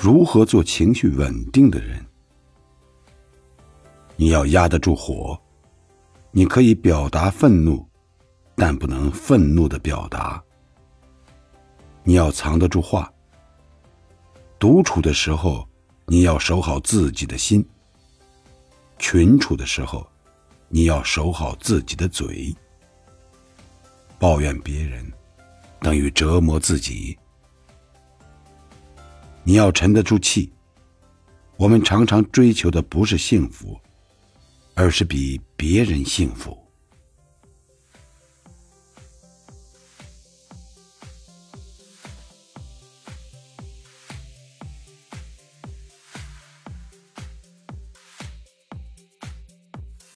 如何做情绪稳定的人。你要压得住火，你可以表达愤怒，但不能愤怒地表达。你要藏得住话，独处的时候你要守好自己的心，群处的时候你要守好自己的嘴。抱怨别人等于折磨自己。你要沉得住气，我们常常追求的不是幸福，而是比别人幸福。